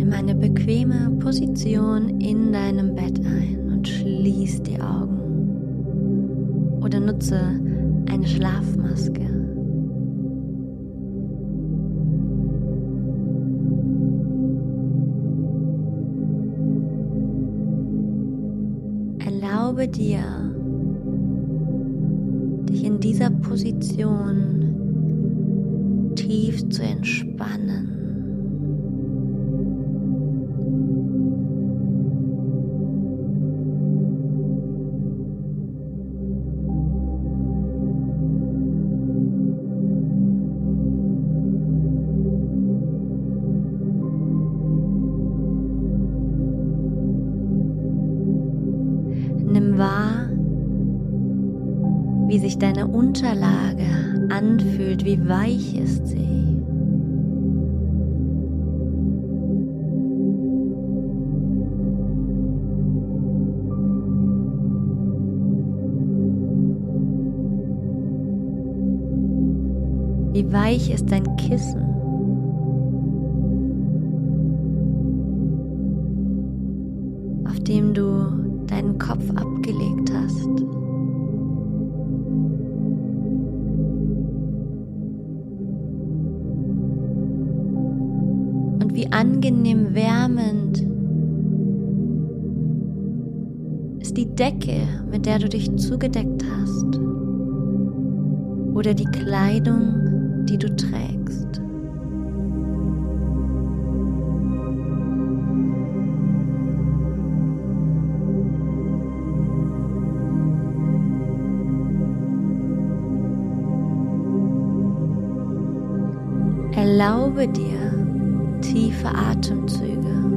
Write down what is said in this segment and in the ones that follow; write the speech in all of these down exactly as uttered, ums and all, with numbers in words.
Nimm eine bequeme Position in deinem Bett ein und schließ die Augen oder nutze eine Schlafmaske. Erlaube dir, dich in dieser Position tief zu entspannen. Nimm wahr, wie sich deine Unterlage anfühlt, wie weich ist sie. Wie weich ist dein Kissen? Auf dem du deinen Kopf abgelegt hast. Und wie angenehm wärmend ist die Decke, mit der du dich zugedeckt hast, oder die Kleidung, die du trägst. Erlaube dir tiefe Atemzüge.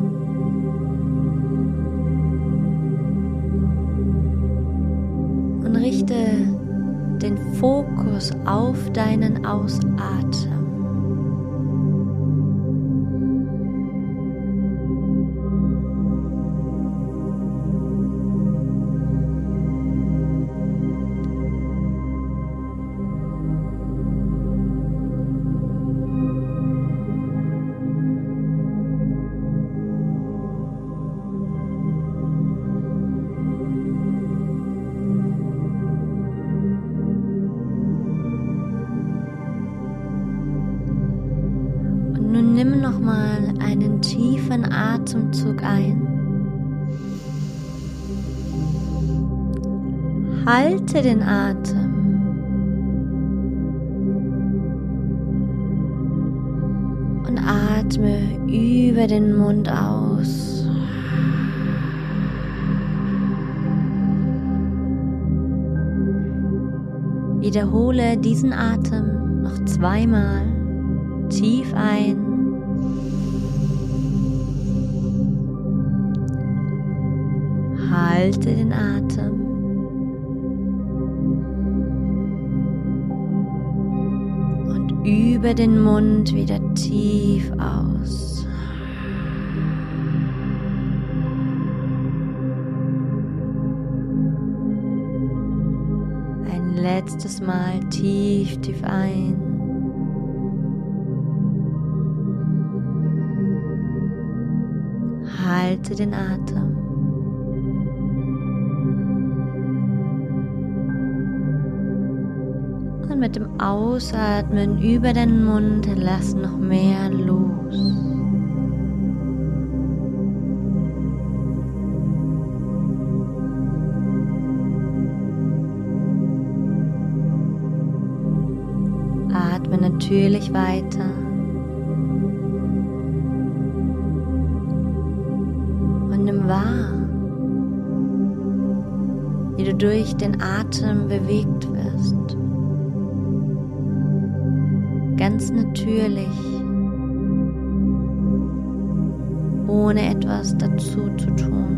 Und richte den Fokus auf deinen Ausatmen. Nun nimm nochmal einen tiefen Atemzug ein. Halte den Atem. Und atme über den Mund aus. Wiederhole diesen Atem noch zweimal. Tief ein halte den Atem und über den Mund wieder tief aus. Ein letztes Mal tief, tief ein. Halte den Atem und mit dem Ausatmen über den Mund lass noch mehr los. Atme natürlich weiter. Nimm wahr, wie du durch den Atem bewegt wirst. Ganz natürlich, ohne etwas dazu zu tun.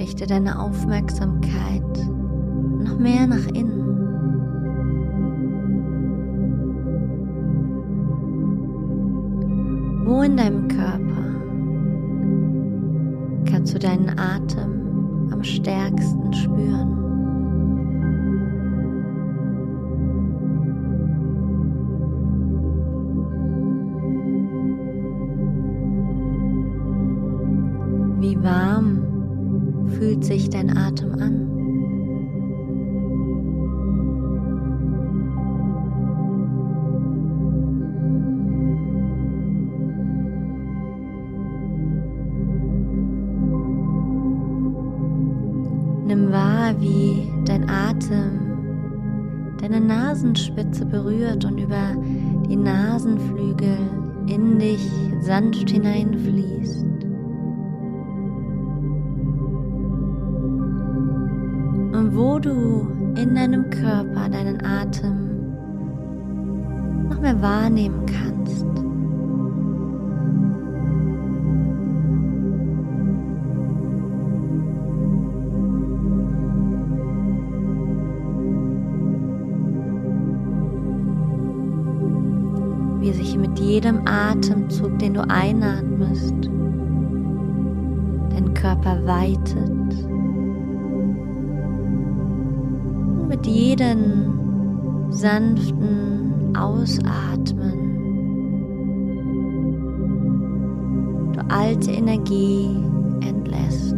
richte deine Aufmerksamkeit noch mehr nach innen. Wo in deinem Körper kannst du deinen Atem am stärksten spüren? Wie warm fühlt sich dein Atem an? Nimm wahr, wie dein Atem deine Nasenspitze berührt und über die Nasenflügel in dich sanft hineinfließt. Und wo du in deinem Körper deinen Atem noch mehr wahrnehmen kannst. Wie sich mit jedem Atemzug, den du einatmest, dein Körper weitet. Und mit jedem sanften Ausatmen du alte Energie entlässt.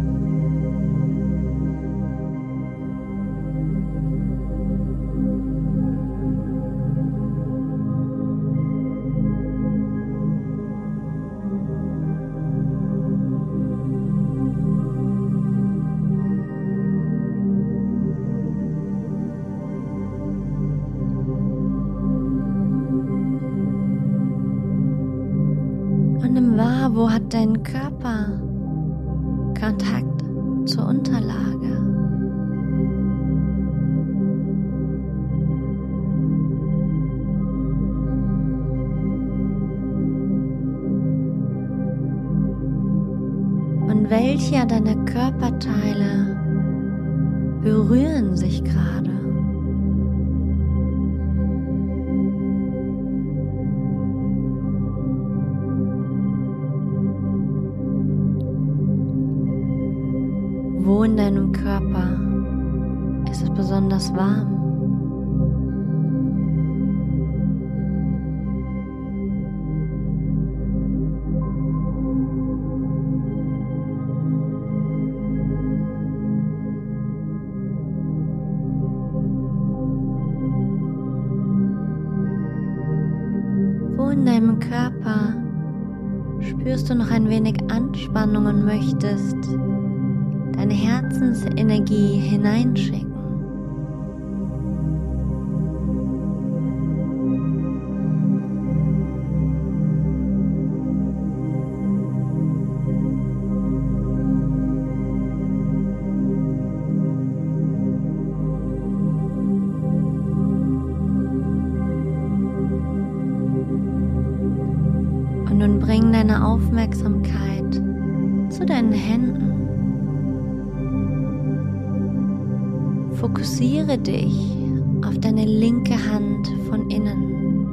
Nimm wahr, wo hat dein Körper Kontakt zur Unterlage? Und welche deiner Körperteile berühren sich gerade? Wo in deinem Körper ist es besonders warm? Wo in deinem Körper spürst du noch ein wenig Anspannung und möchtest deine Herzensenergie hineinschicken? Und nun bring deine Aufmerksamkeit zu deinen Händen. Fokussiere dich auf deine linke Hand von innen.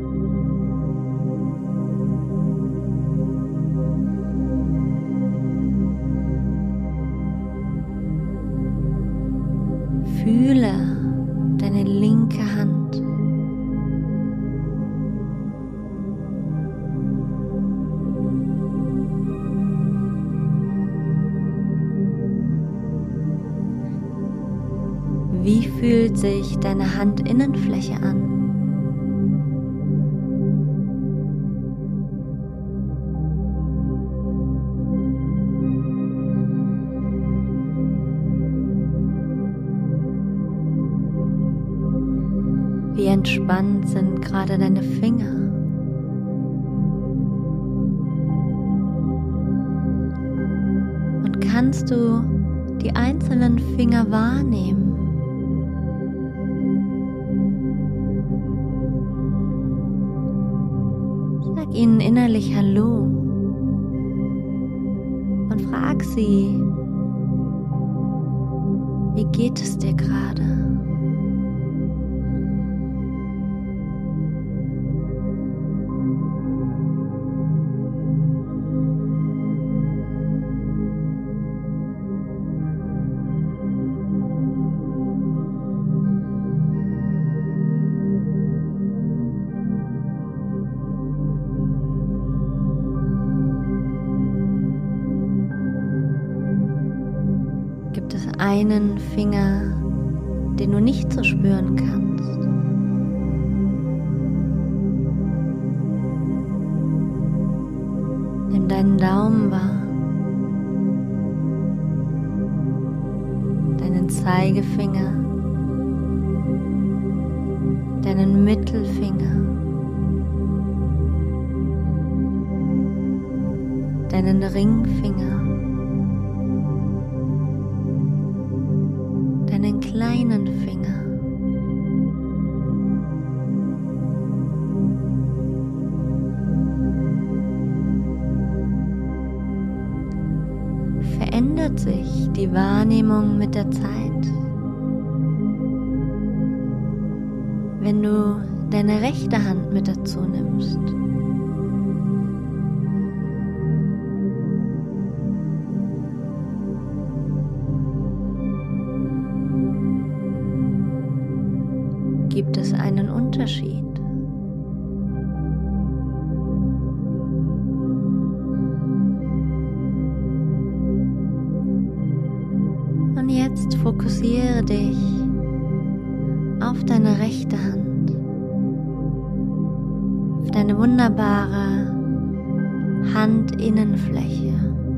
Fühle deine linke Hand. Wie fühlt sich deine Handinnenfläche an? Wie entspannt sind gerade deine Finger? Und kannst du die einzelnen Finger wahrnehmen? Sag ihnen innerlich Hallo und frag sie, Wie geht es dir gerade? Gibt es einen Finger, den du nicht so spüren kannst? Nimm deinen Daumen wahr, deinen Zeigefinger, deinen Mittelfinger, deinen Ringfinger, deinen kleinen Finger. Verändert sich die Wahrnehmung mit der Zeit? Wenn du deine rechte Hand mit dazu nimmst, gibt es einen Unterschied? Und jetzt fokussiere dich auf deine rechte Hand, auf deine wunderbare Handinnenfläche.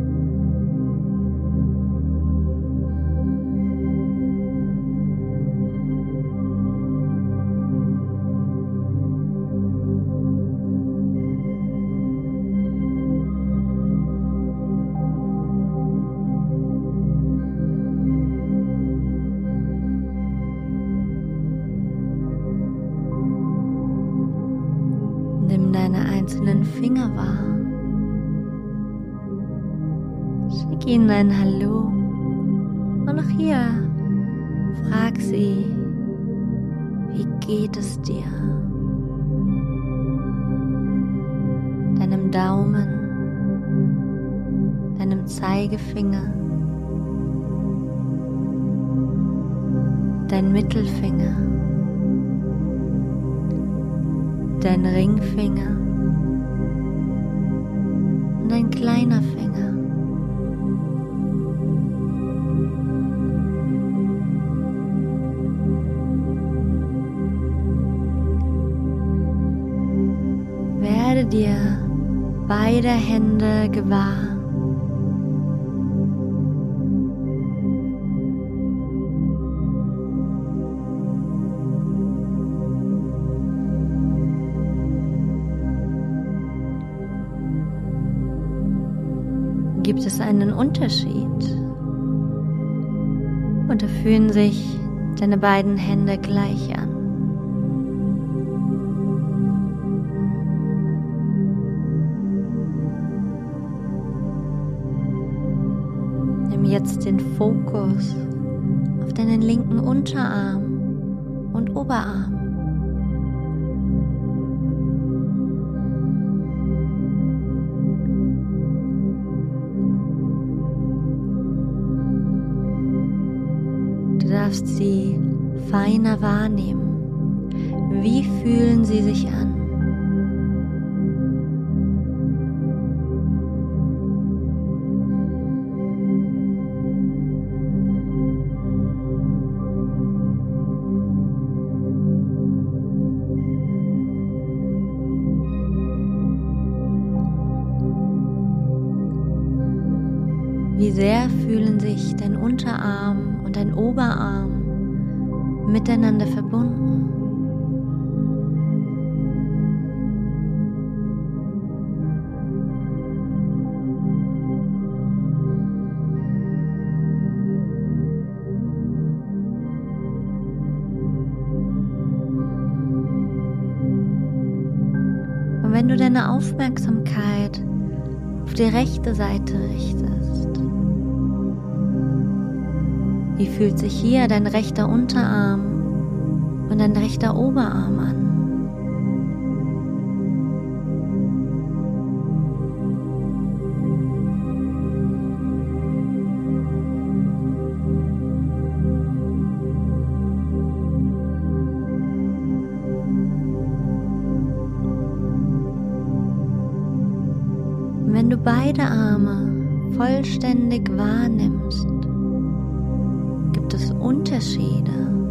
Nimm deine einzelnen Finger wahr. Schick ihnen ein Hallo. Und auch hier frag sie, wie geht es dir? Deinem Daumen, deinem Zeigefinger, dein Mittelfinger, dein Ringfinger und dein kleiner Finger. Werde dir beide Hände gewahr. Gibt es einen Unterschied? Oder fühlen sich deine beiden Hände gleich an? Nimm jetzt den Fokus auf deinen linken Unterarm und Oberarm. Du darfst sie feiner wahrnehmen. Wie fühlen sie sich an? Wie sehr fühlen sich dein Unterarm und dein Oberarm miteinander verbunden? Und wenn du deine Aufmerksamkeit auf die rechte Seite richtest, Wie fühlt sich hier dein rechter Unterarm und dein rechter Oberarm an? Wenn du beide Arme vollständig wahrnimmst, gibt es Unterschiede.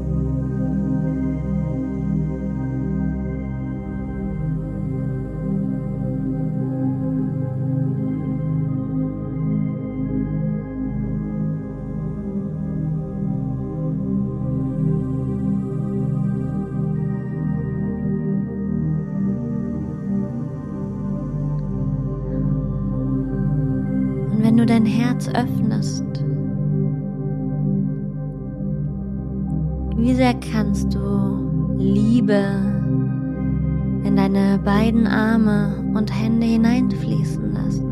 Wenn du dein Herz öffnest, wie sehr kannst du Liebe in deine beiden Arme und Hände hineinfließen lassen?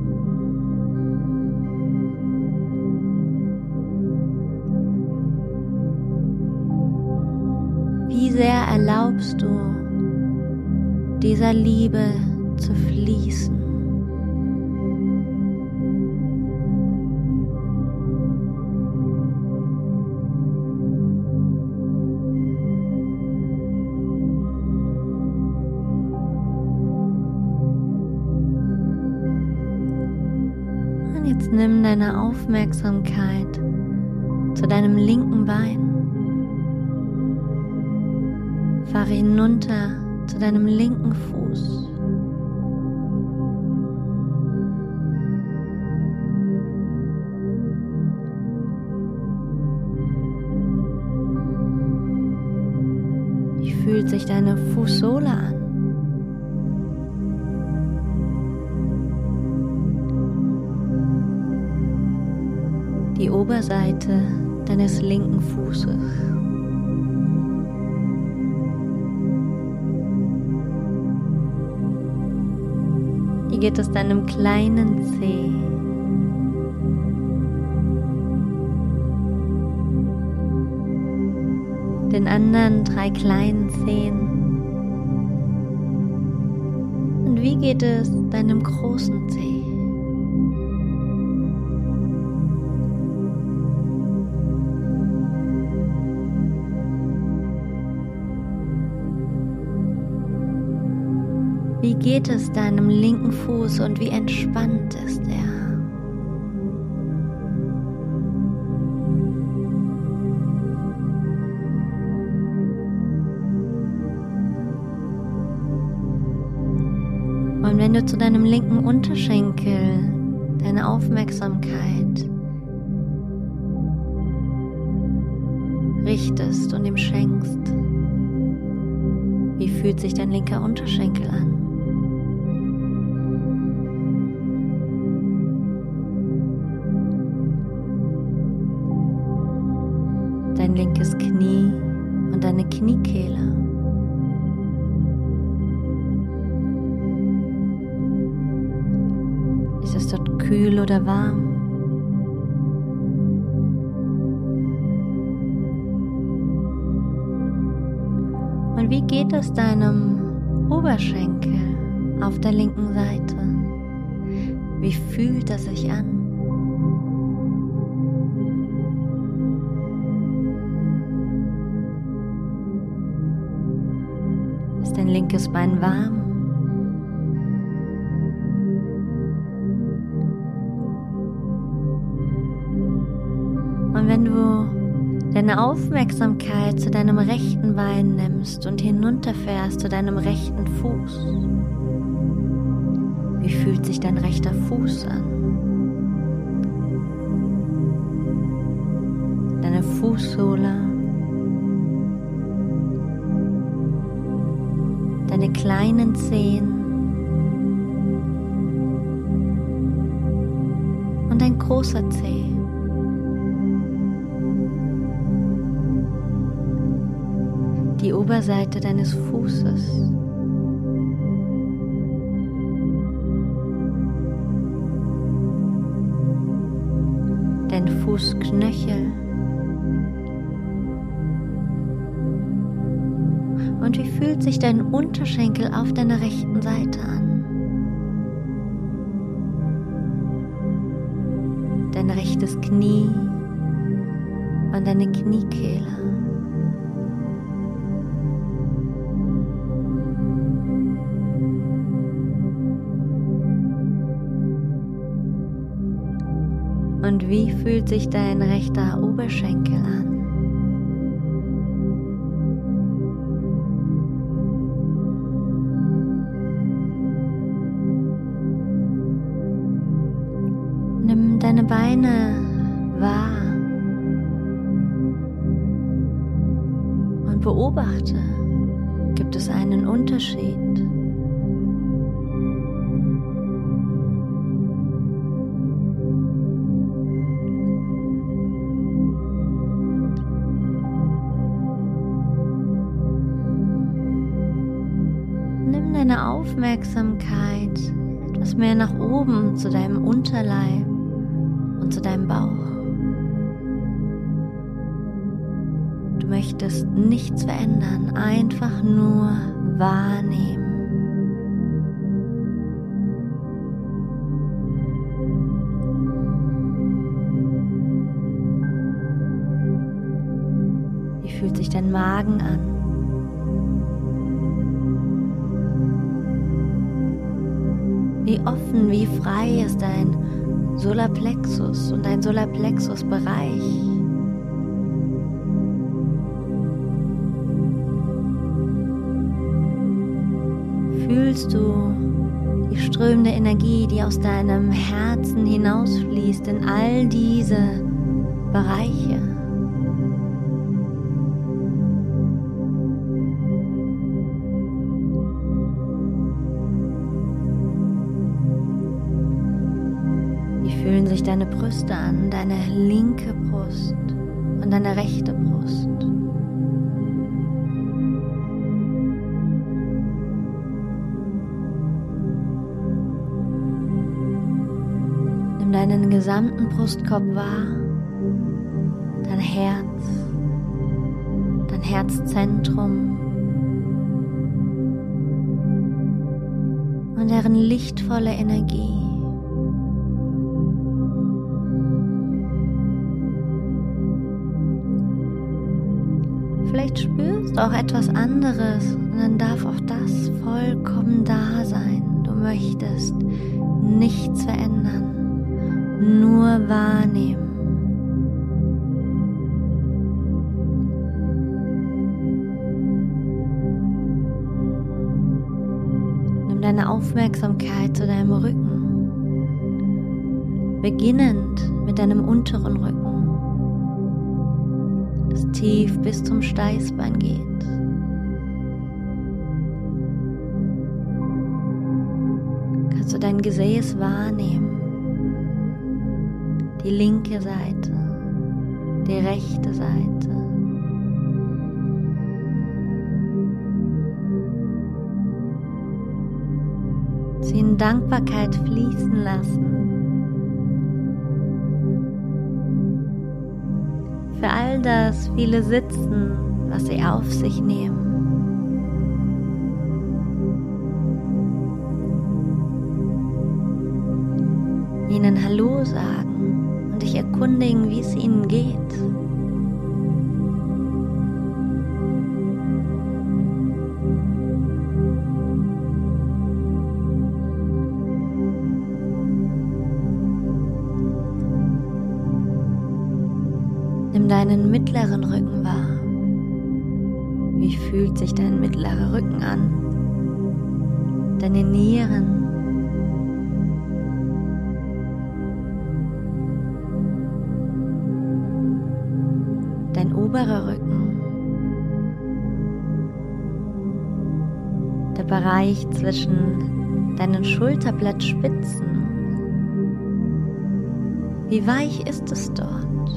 Wie sehr erlaubst du dieser Liebe zu fließen? Jetzt nimm deine Aufmerksamkeit zu deinem linken Bein. Fahre hinunter zu deinem linken Fuß. Wie fühlt sich deine Fußsohle an? Die Oberseite deines linken Fußes. Wie geht es deinem kleinen Zeh? Den anderen drei kleinen Zehen? Und wie geht es deinem großen Zeh? Wie geht es deinem linken Fuß und wie entspannt ist er? Und wenn du zu deinem linken Unterschenkel deine Aufmerksamkeit richtest und ihm schenkst, wie fühlt sich dein linker Unterschenkel an? Dein linkes Knie und deine Kniekehle. Ist es dort kühl oder warm? Und wie geht es deinem Oberschenkel auf der linken Seite? Wie fühlt er sich an? Ist dein linkes Bein warm? Und wenn du deine Aufmerksamkeit zu deinem rechten Bein nimmst und hinunterfährst zu deinem rechten Fuß, wie fühlt sich dein rechter Fuß an? Deine Fußsohle, deine kleinen Zehen und dein großer Zeh. Die Oberseite deines Fußes. Dein Fußknöchel. Und wie fühlt sich dein Unterschenkel auf deiner rechten Seite an? Dein rechtes Knie und deine Kniekehle. Und wie fühlt sich dein rechter Oberschenkel an? Nimm deine Beine wahr und beobachte, gibt es einen Unterschied? Nimm deine Aufmerksamkeit etwas mehr nach oben zu deinem Unterleib und zu deinem Bauch. Du möchtest nichts verändern, einfach nur wahrnehmen. Wie fühlt sich dein Magen an? Wie offen, wie frei ist dein Solarplexus und dein Solarplexus-Bereich? Fühlst du die strömende Energie, die aus deinem Herzen hinausfließt in all diese Bereiche? Fühlen sich deine Brüste an, deine linke Brust und deine rechte Brust. Nimm deinen gesamten Brustkorb wahr, dein Herz, dein Herzzentrum und deren lichtvolle Energie. Vielleicht spürst du auch etwas anderes und dann darf auch das vollkommen da sein. Du möchtest nichts verändern, nur wahrnehmen. Nimm deine Aufmerksamkeit zu deinem Rücken, beginnend mit deinem unteren Rücken, das tief bis zum Steißbein geht. Kannst du dein Gesäß wahrnehmen, die linke Seite, die rechte Seite. Sie in Dankbarkeit fließen lassen für all das viele Sitzen, was sie auf sich nehmen. Ihnen Hallo sagen und dich erkundigen, wie es ihnen geht. Nimm deinen mittleren Rücken wahr. Wie fühlt sich dein mittlerer Rücken an? Deine Nieren. Dein oberer Rücken. Der Bereich zwischen deinen Schulterblattspitzen. Wie weich ist es dort?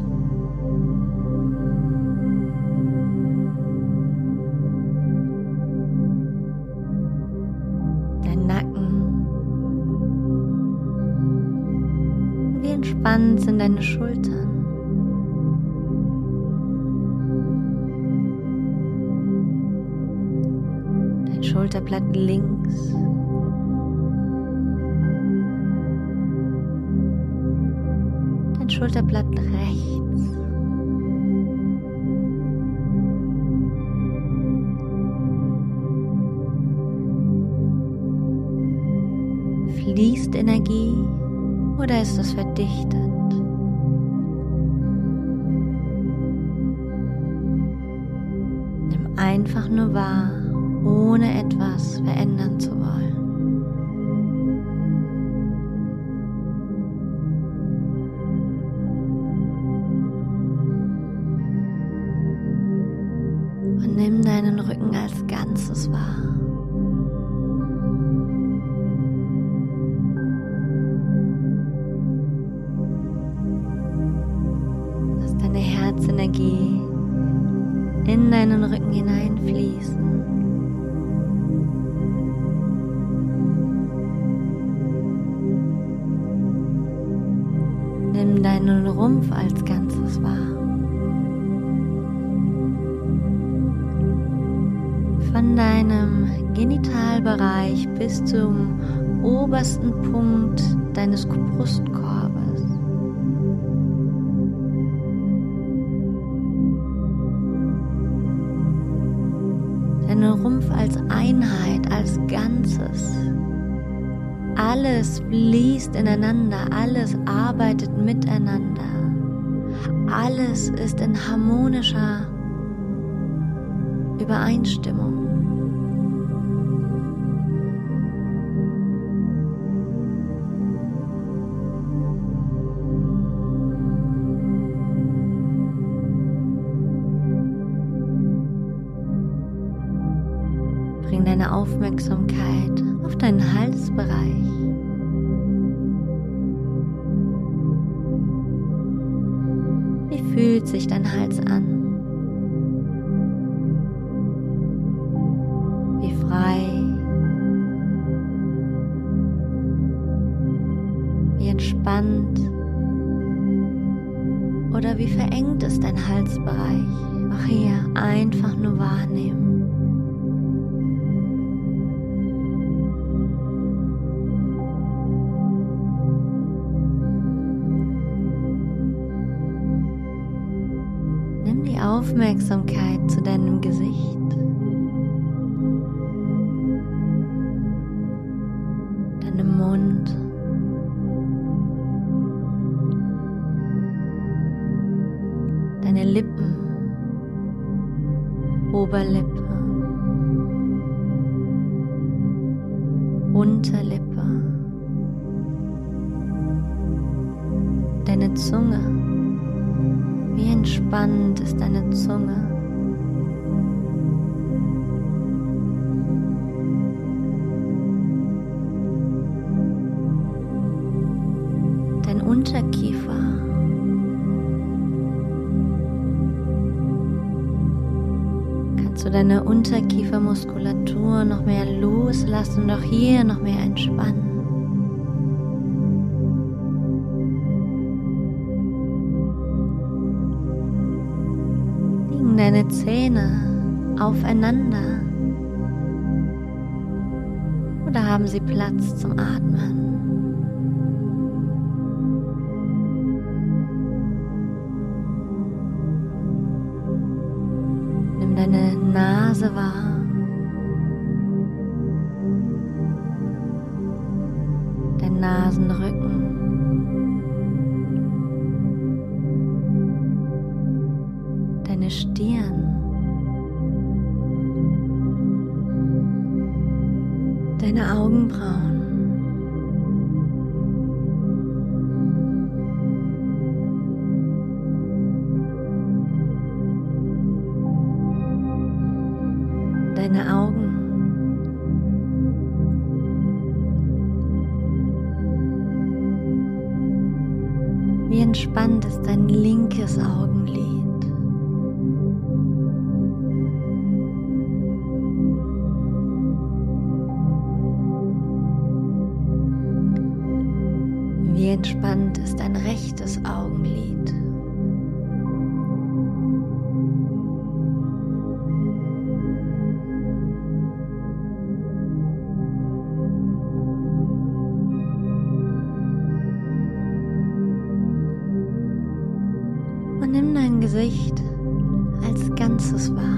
Entspannt sind deine Schultern. Schulterblatt links. Dein Schulterblatt rechts. Fließt Energie oder ist es verdichtet? Nimm einfach nur wahr, ohne etwas verändern zu wollen. Und nimm deinen Rücken als Ganzes wahr. Lass deine Herzenergie in deinen Rücken hineinfließen. Nimm deinen Rumpf als Ganzes wahr. Von deinem Genitalbereich bis zum obersten Punkt deines Brustkorbes. Deinen Rumpf als Einheit, als Ganzes. Alles fließt ineinander, alles arbeitet miteinander. Alles ist in harmonischer Übereinstimmung. Bring deine Aufmerksamkeit auf deinen Halsbereich. Wie fühlt sich dein Hals an? Wie frei? Wie entspannt? Oder wie verengt ist dein Halsbereich? Auch hier einfach nur wahrnehmen. Nimm die Aufmerksamkeit zu deinem Gesicht. Deinem Mund. Deine Lippen. Oberlippe. Unterlippe. Deine Zunge. Wie entspannt ist deine Zunge? Dein Unterkiefer. Kannst du deine Unterkiefermuskulatur noch mehr loslassen und auch hier noch mehr entspannen? Deine Zähne aufeinander oder haben sie Platz zum Atmen? Nimm deine Nase wahr, dein Nasenrücken. Deine Stirn, deine Augenbrauen, deine Augen, wie entspannt ist dein linkes Augenlid. Wie entspannt ist dein rechtes Augenlid. Und nimm dein Gesicht als Ganzes wahr.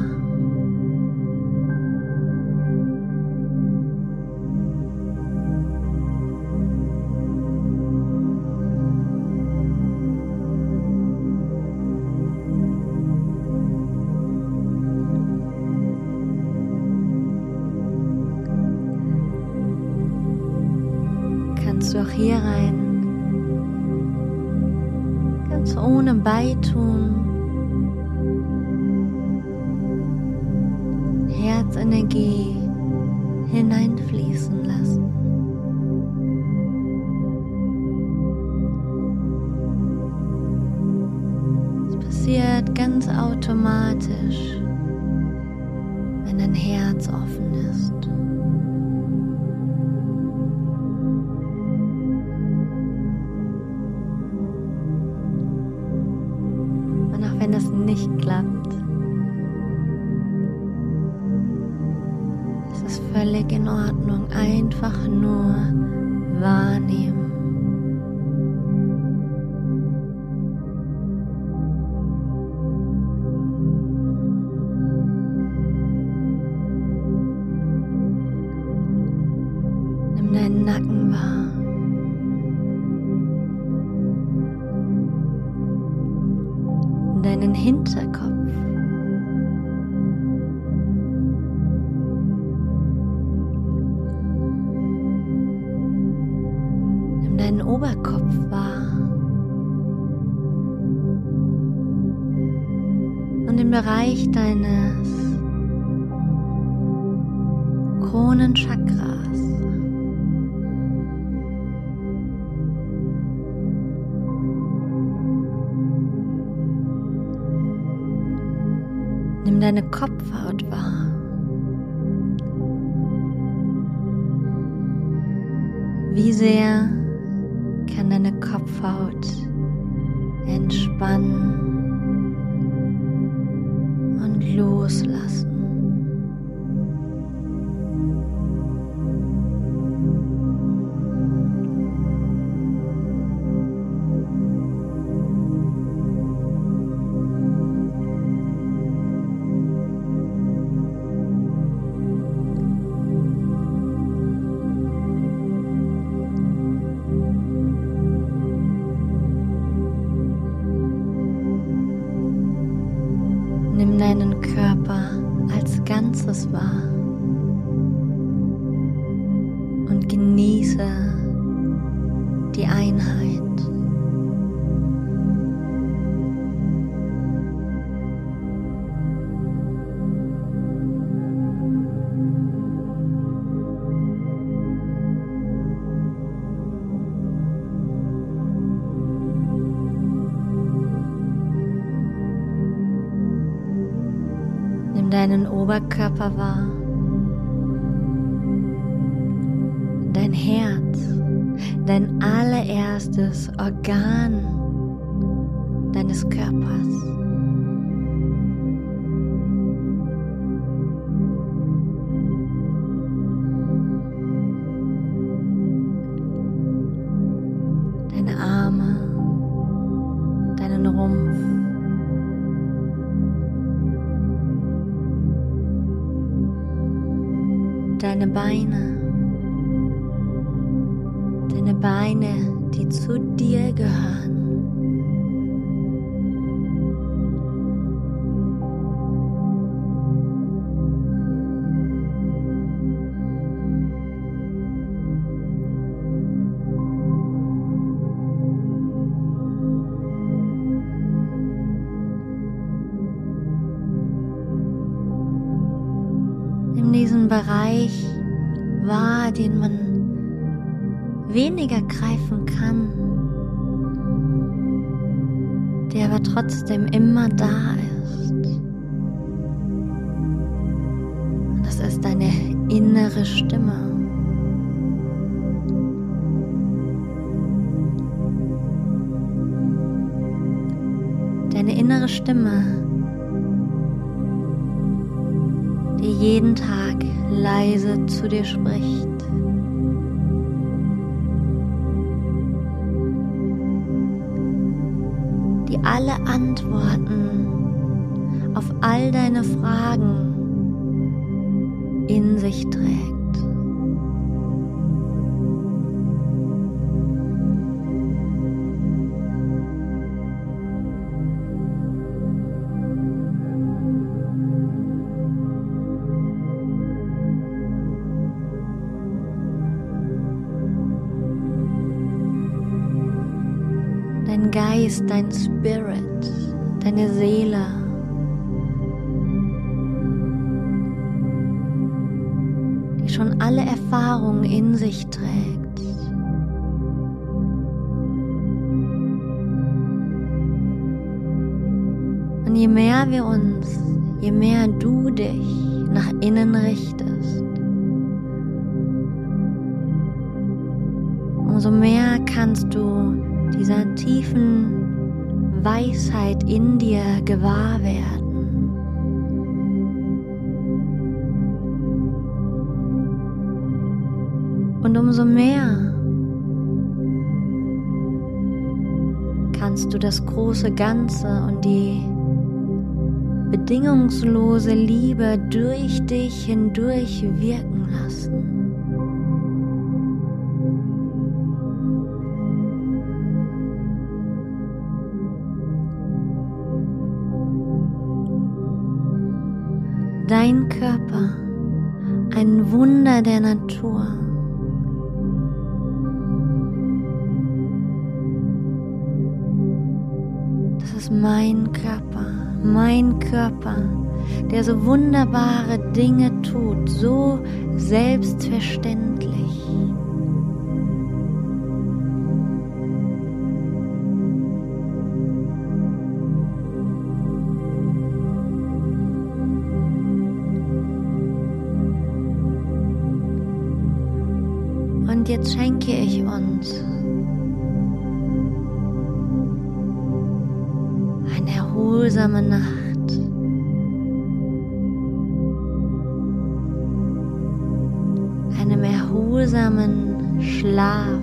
Kannst du auch hier rein, ganz ohne Beitun, Herzenergie hineinfließen lassen. Es passiert ganz automatisch, wenn dein Herz offen ist. Wenn das nicht klappt, ist es völlig in Ordnung. Einfach nur wahrnehmen. Nimm deinen Nacken wahr. Deinen Hinterkopf. Nimm deinen Oberkopf wahr. Und den Bereich deines Kronenchakras. Nimm deine Kopfhaut wahr. Wie sehr kann deine Kopfhaut entspannen und loslassen? Nimm deinen Körper als Ganzes wahr und genieße die Einheit. Nimm deinen Oberkörper wahr, dein Herz, dein allererstes Organ deines Körpers. Deine Arme, deinen Rumpf. Deine Beine, deine Beine, die zu dir gehören. In diesem Bereich wahr, den man weniger greifen kann, der aber trotzdem immer da ist. Und das ist deine innere Stimme. Deine innere Stimme, die jeden Tag leise zu dir spricht. Die die alle Antworten auf all deine Fragen in sich trägt. Dein Geist, dein Spirit, deine Seele, die schon alle Erfahrungen in sich trägt. Und je mehr wir uns, je mehr du dich nach innen richtest, umso mehr kannst du dieser tiefen Weisheit in dir gewahr werden. Und umso mehr kannst du das große Ganze und die bedingungslose Liebe durch dich hindurch wirken lassen. Dein Körper, ein Wunder der Natur. Das ist mein Körper, mein Körper, der so wunderbare Dinge tut, so selbstverständlich. Und jetzt schenke ich uns eine erholsame Nacht, einem erholsamen Schlaf.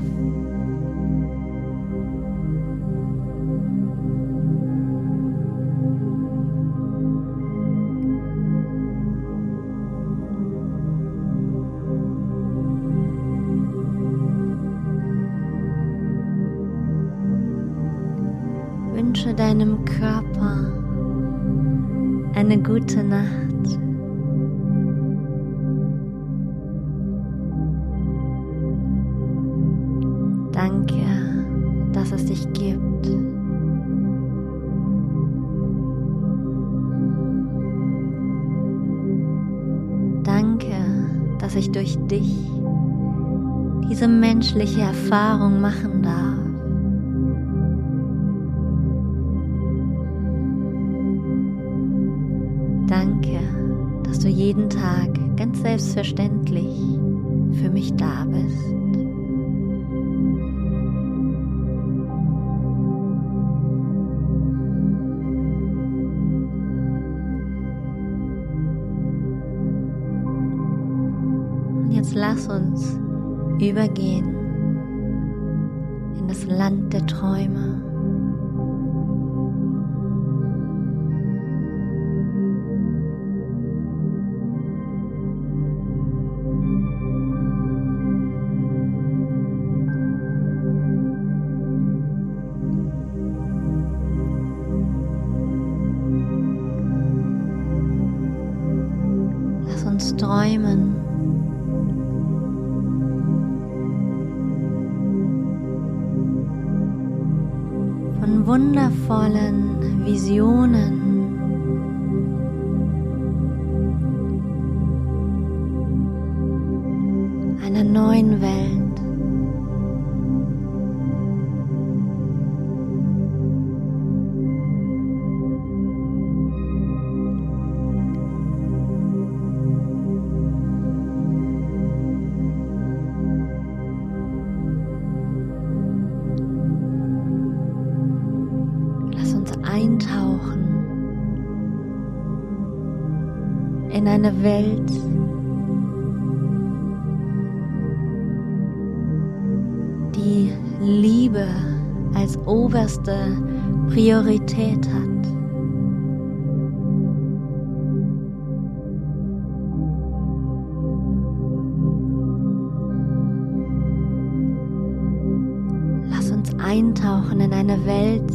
Wünsche deinem Körper eine gute Nacht. Danke, dass es dich gibt. Danke, dass ich durch dich diese menschliche Erfahrung machen darf. Danke, dass du jeden Tag ganz selbstverständlich für mich da bist. Und jetzt lass uns übergehen in das Land der Träume. Uns träumen. Von wundervollen Visionen. Einer neuen Welt. Eintauchen in eine Welt, die Liebe als oberste Priorität hat. Lass uns eintauchen in eine Welt,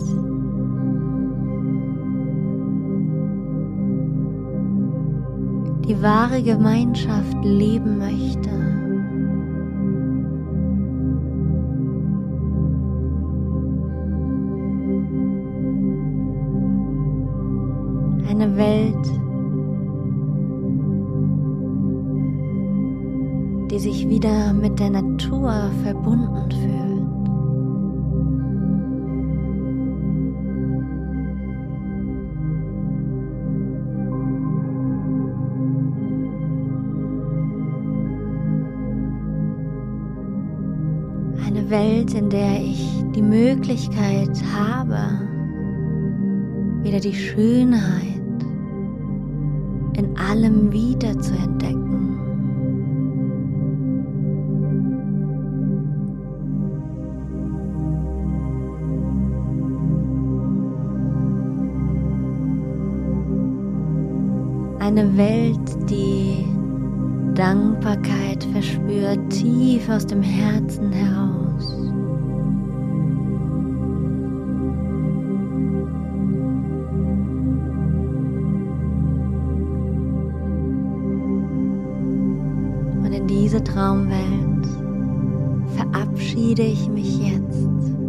die wahre Gemeinschaft leben möchte. Eine Welt, die sich wieder mit der Natur verbunden fühlt. Eine Welt, in der ich die Möglichkeit habe, wieder die Schönheit in allem wieder zu entdecken. Eine Welt, die Dankbarkeit verspürt, tief aus dem Herzen heraus. Und in diese Traumwelt verabschiede ich mich jetzt.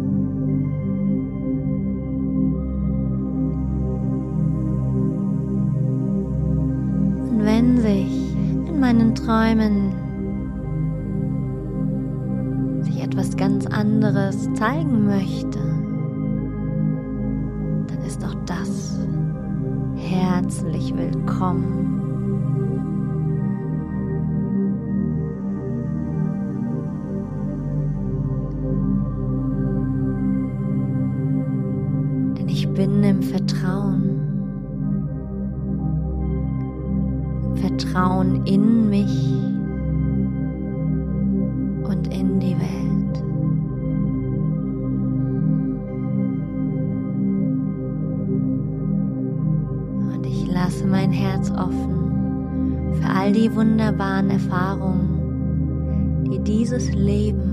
Und wenn sich in meinen Träumen sich etwas ganz anderes zeigen möchte, dann ist auch das herzlich willkommen. Denn ich bin im Vertrauen. Vertrauen in mich und in die Welt. Und ich lasse mein Herz offen für all die wunderbaren Erfahrungen, die dieses Leben